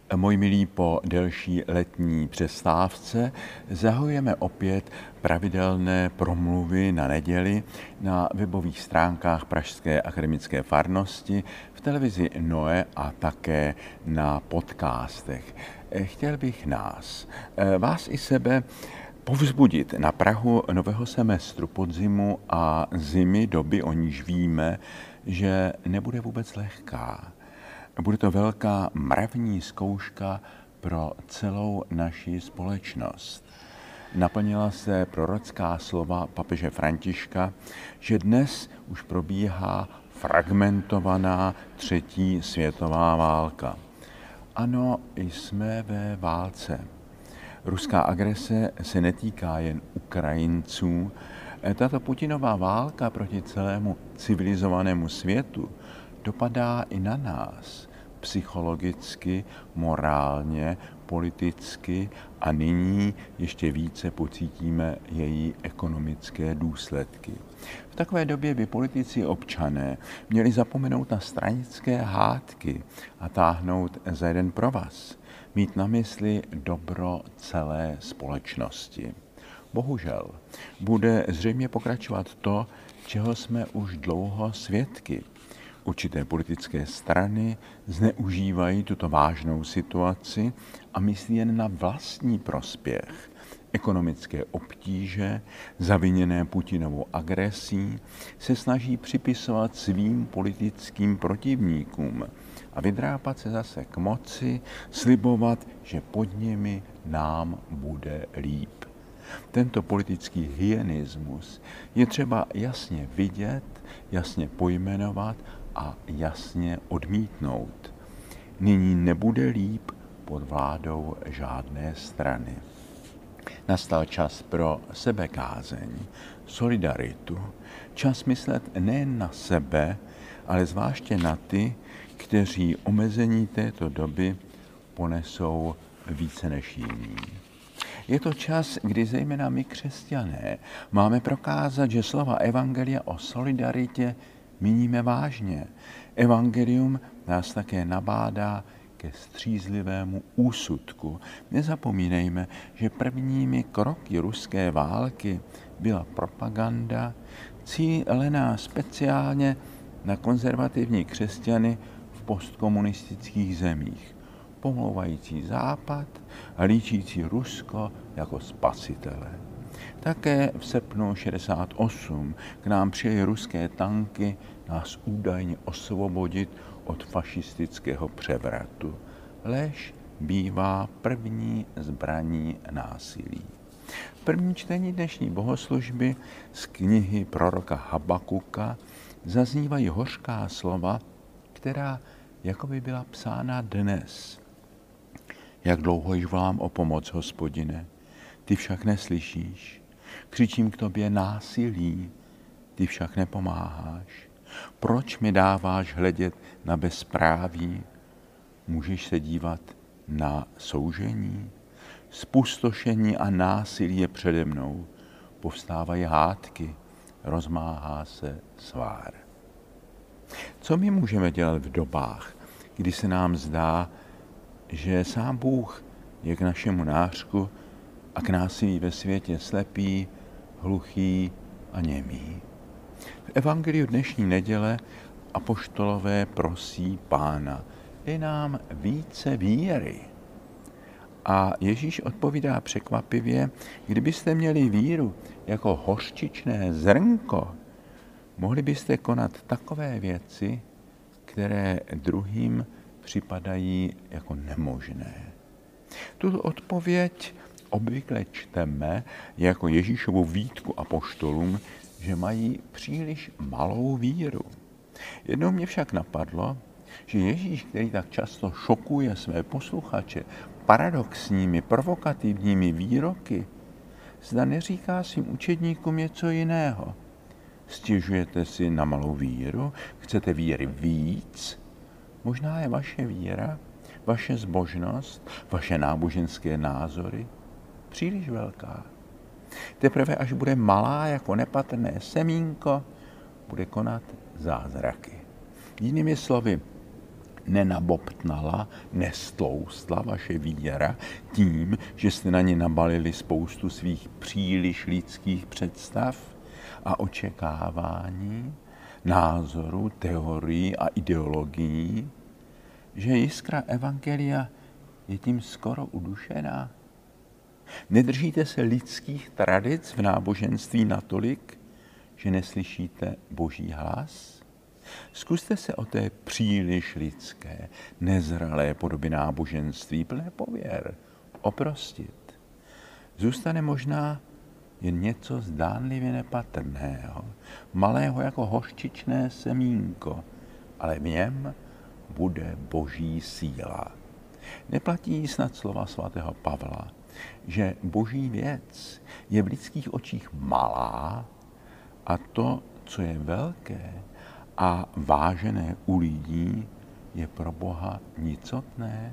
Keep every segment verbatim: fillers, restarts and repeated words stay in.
Moji milí, po delší letní přestávce zahajujeme opět pravidelné promluvy na neděli na webových stránkách Pražské akademické farnosti, v televizi Noe a také na podcastech. Chtěl bych nás, vás i sebe, povzbudit na prahu nového semestru, podzimu a zimy, doby, o níž víme, že nebude vůbec lehká. Bude to velká mravní zkouška pro celou naši společnost. Naplnila se prorocká slova papeže Františka, že dnes už probíhá fragmentovaná třetí světová válka. Ano, jsme ve válce. Ruská agrese se netýká jen Ukrajinců. Tato Putinová válka proti celému civilizovanému světu dopadá i na nás psychologicky, morálně, politicky a nyní ještě více pocítíme její ekonomické důsledky. V takové době by politici občané měli zapomenout na stranické hádky a táhnout za jeden provaz, mít na mysli dobro celé společnosti. Bohužel bude zřejmě pokračovat to, čeho jsme už dlouho svědky. Určité politické strany zneužívají tuto vážnou situaci a myslí jen na vlastní prospěch. Ekonomické obtíže, zaviněné Putinovou agresí, se snaží připisovat svým politickým protivníkům a vydrápat se zase k moci, slibovat, že pod nimi nám bude líp. Tento politický hyenismus je třeba jasně vidět, jasně pojmenovat a jasně odmítnout. Nyní nebude líp pod vládou žádné strany. Nastal čas pro sebekázeň, solidaritu, čas myslet nejen na sebe, ale zvláště na ty, kteří omezení této doby ponesou více než jiní. Je to čas, kdy zejména my, křesťané, máme prokázat, že slova evangelia o solidaritě míníme vážně. Evangelium nás také nabádá ke střízlivému úsudku. Nezapomínejme, že prvními kroky ruské války byla propaganda, cílená speciálně na konzervativní křesťany v postkomunistických zemích, pomlouvající Západ a líčící Rusko jako spasitele. Také v srpnu šedesát osm k nám přijeli ruské tanky nás údajně osvobodit od fašistického převratu. Lež bývá první zbraní násilí. V prvním čtení dnešní bohoslužby z knihy proroka Habakuka zaznívají hořká slova, která jako by byla psána dnes. Jak dlouho již volám o pomoc, Hospodine, ty však neslyšíš. Křičím k tobě násilí, ty však nepomáháš. Proč mi dáváš hledět na bezpráví? Můžeš se dívat na soužení? Spustošení a násilí je přede mnou. Povstávají hádky, rozmáhá se svár. Co my můžeme dělat v dobách, kdy se nám zdá, že sám Bůh je k našemu nářku a k násilí ve světě slepý, hluchý a němý? V evangeliu dnešní neděle apoštolové prosí Pána, dej nám více víry. A Ježíš odpovídá překvapivě, kdybyste měli víru jako hořčičné zrnko, mohli byste konat takové věci, které druhým připadají jako nemožné. Tuto odpověď obvykle čteme jako Ježíšovu výtku apoštolům, že mají příliš malou víru. Jednou mě však napadlo, že Ježíš, který tak často šokuje své posluchače paradoxními, provokativními výroky, zda neříká svým učedníkům něco jiného. Stěžujete si na malou víru? Chcete víry víc? Možná je vaše víra, vaše zbožnost, vaše náboženské názory příliš velká. Teprve až bude malá jako nepatrné semínko, bude konat zázraky. Jinými slovy, nenabobtnala, nestloustla vaše víra tím, že jste na ně nabalili spoustu svých příliš lidských představ a očekávání, názorů, teorií a ideologií, že jiskra evangelia je tím skoro udušená? Nedržíte se lidských tradic v náboženství natolik, že neslyšíte Boží hlas? Zkuste se o té příliš lidské, nezralé podoby náboženství plné pověr oprostit. Zůstane možná jen něco zdánlivě nepatrného, malého jako hořčičné semínko, ale v něm bude Boží síla. Neplatí snad slova svatého Pavla, že Boží věc je v lidských očích malá a to, co je velké a vážené u lidí, je pro Boha nicotné?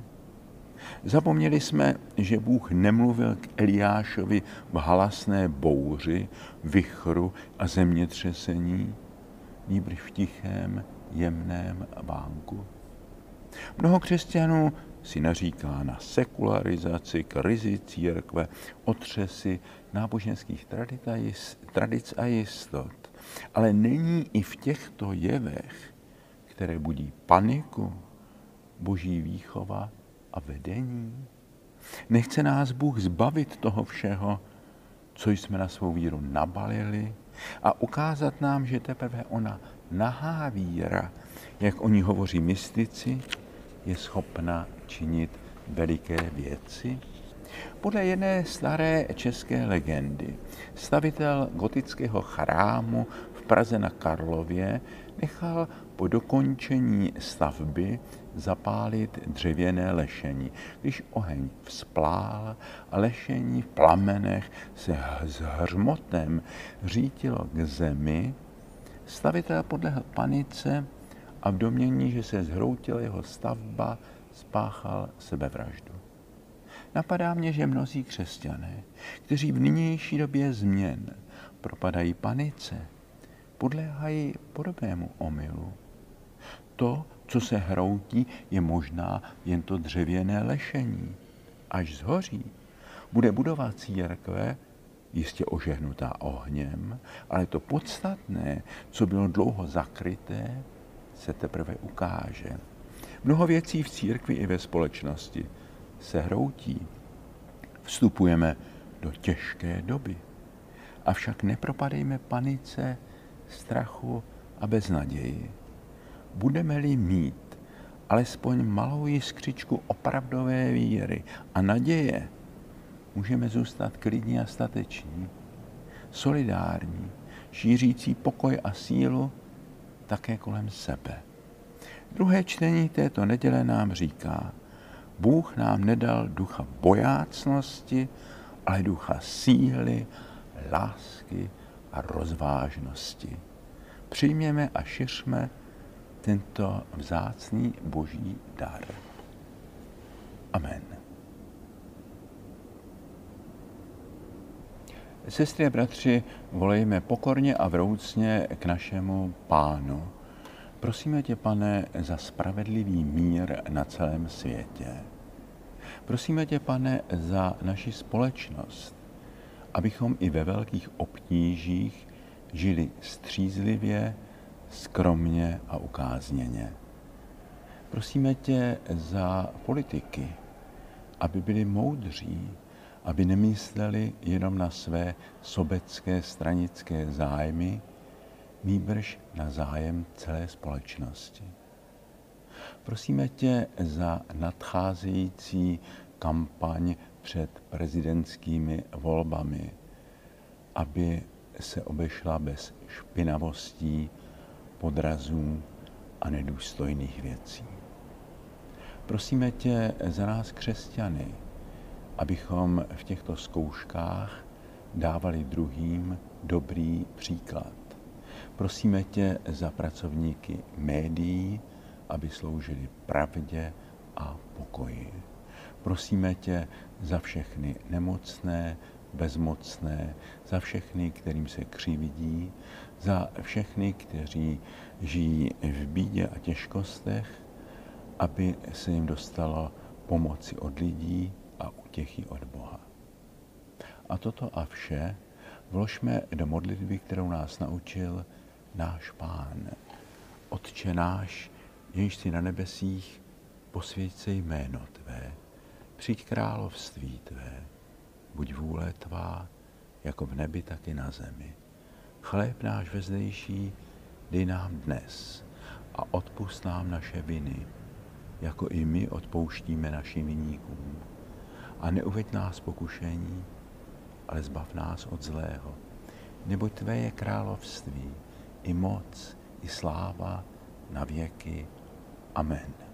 Zapomněli jsme, že Bůh nemluvil k Eliášovi v halasné bouři, vichru a zemětřesení, nýbrž v tichém, jemném vánku. Mnoho křesťanů si naříká na sekularizaci, krizi církve, otřesy náboženských tradic a jistot. Ale není i v těchto jevech, které budí paniku, Boží výchova a vedení? Nechce nás Bůh zbavit toho všeho, co jsme na svou víru nabalili, a ukázat nám, že teprve ona nahá víra, jak o ní hovoří mystici, je schopna činit veliké věci? Podle jedné staré české legendy stavitel gotického chrámu v Praze na Karlově nechal po dokončení stavby zapálit dřevěné lešení. Když oheň vzplál a lešení v plamenech se s hřmotem řítilo k zemi, stavitel podlehl panice a v domnění, že se zhroutila jeho stavba, spáchal sebevraždu. Napadá mě, že mnozí křesťané, kteří v nynější době změn propadají panice, podléhají podobnému omylu. To, co se hroutí, je možná jen to dřevěné lešení. Až zhoří, bude budova církve, jistě ožehnutá ohněm, ale to podstatné, co bylo dlouho zakryté, se teprve ukáže. Mnoho věcí v církvi i ve společnosti se hroutí. Vstupujeme do těžké doby. Avšak nepropadejme panice, strachu a beznaději. Budeme-li mít alespoň malou jiskřičku opravdové víry a naděje, můžeme zůstat klidní a stateční, solidární, šířící pokoj a sílu také kolem sebe. Druhé čtení této neděle nám říká: Bůh nám nedal ducha bojácnosti, ale ducha síly, lásky a rozvážnosti. Přijměme a šiřme tento vzácný Boží dar. Amen. Sestry a bratři, volejme pokorně a vroucně k našemu Pánu. Prosíme tě, Pane, za spravedlivý mír na celém světě. Prosíme tě, Pane, za naši společnost, abychom i ve velkých obtížích žili střízlivě, skromně a ukázněně. Prosíme tě za politiky, aby byli moudří, aby nemysleli jenom na své sobecké stranické zájmy, nýbrž na zájem celé společnosti. Prosíme tě za nadcházející kampaň před prezidentskými volbami, aby se obešla bez špinavostí, podrazů a nedůstojných věcí. Prosíme tě za nás křesťany, abychom v těchto zkouškách dávali druhým dobrý příklad. Prosíme tě za pracovníky médií, aby sloužili pravdě a pokoji. Prosíme tě za všechny nemocné, bezmocné, za všechny, kterým se křivdí, za všechny, kteří žijí v bídě a těžkostech aby se jim dostalo pomoci od lidí a útěchy od Boha. A toto a vše vložme do modlitby, kterou nás naučil náš Pán. Otče náš, jenž jsi na nebesích, posvěť se jméno Tvé, přijď království Tvé, buď vůle Tvá, jako v nebi, tak i na zemi. Chléb náš vezdejší dej nám dnes a odpusť nám naše viny, jako i my odpouštíme našim viníkům. A neuveď nás pokušení, ale zbav nás od zlého. Neboť Tvé je království, i moc, i sláva na věky. Amen.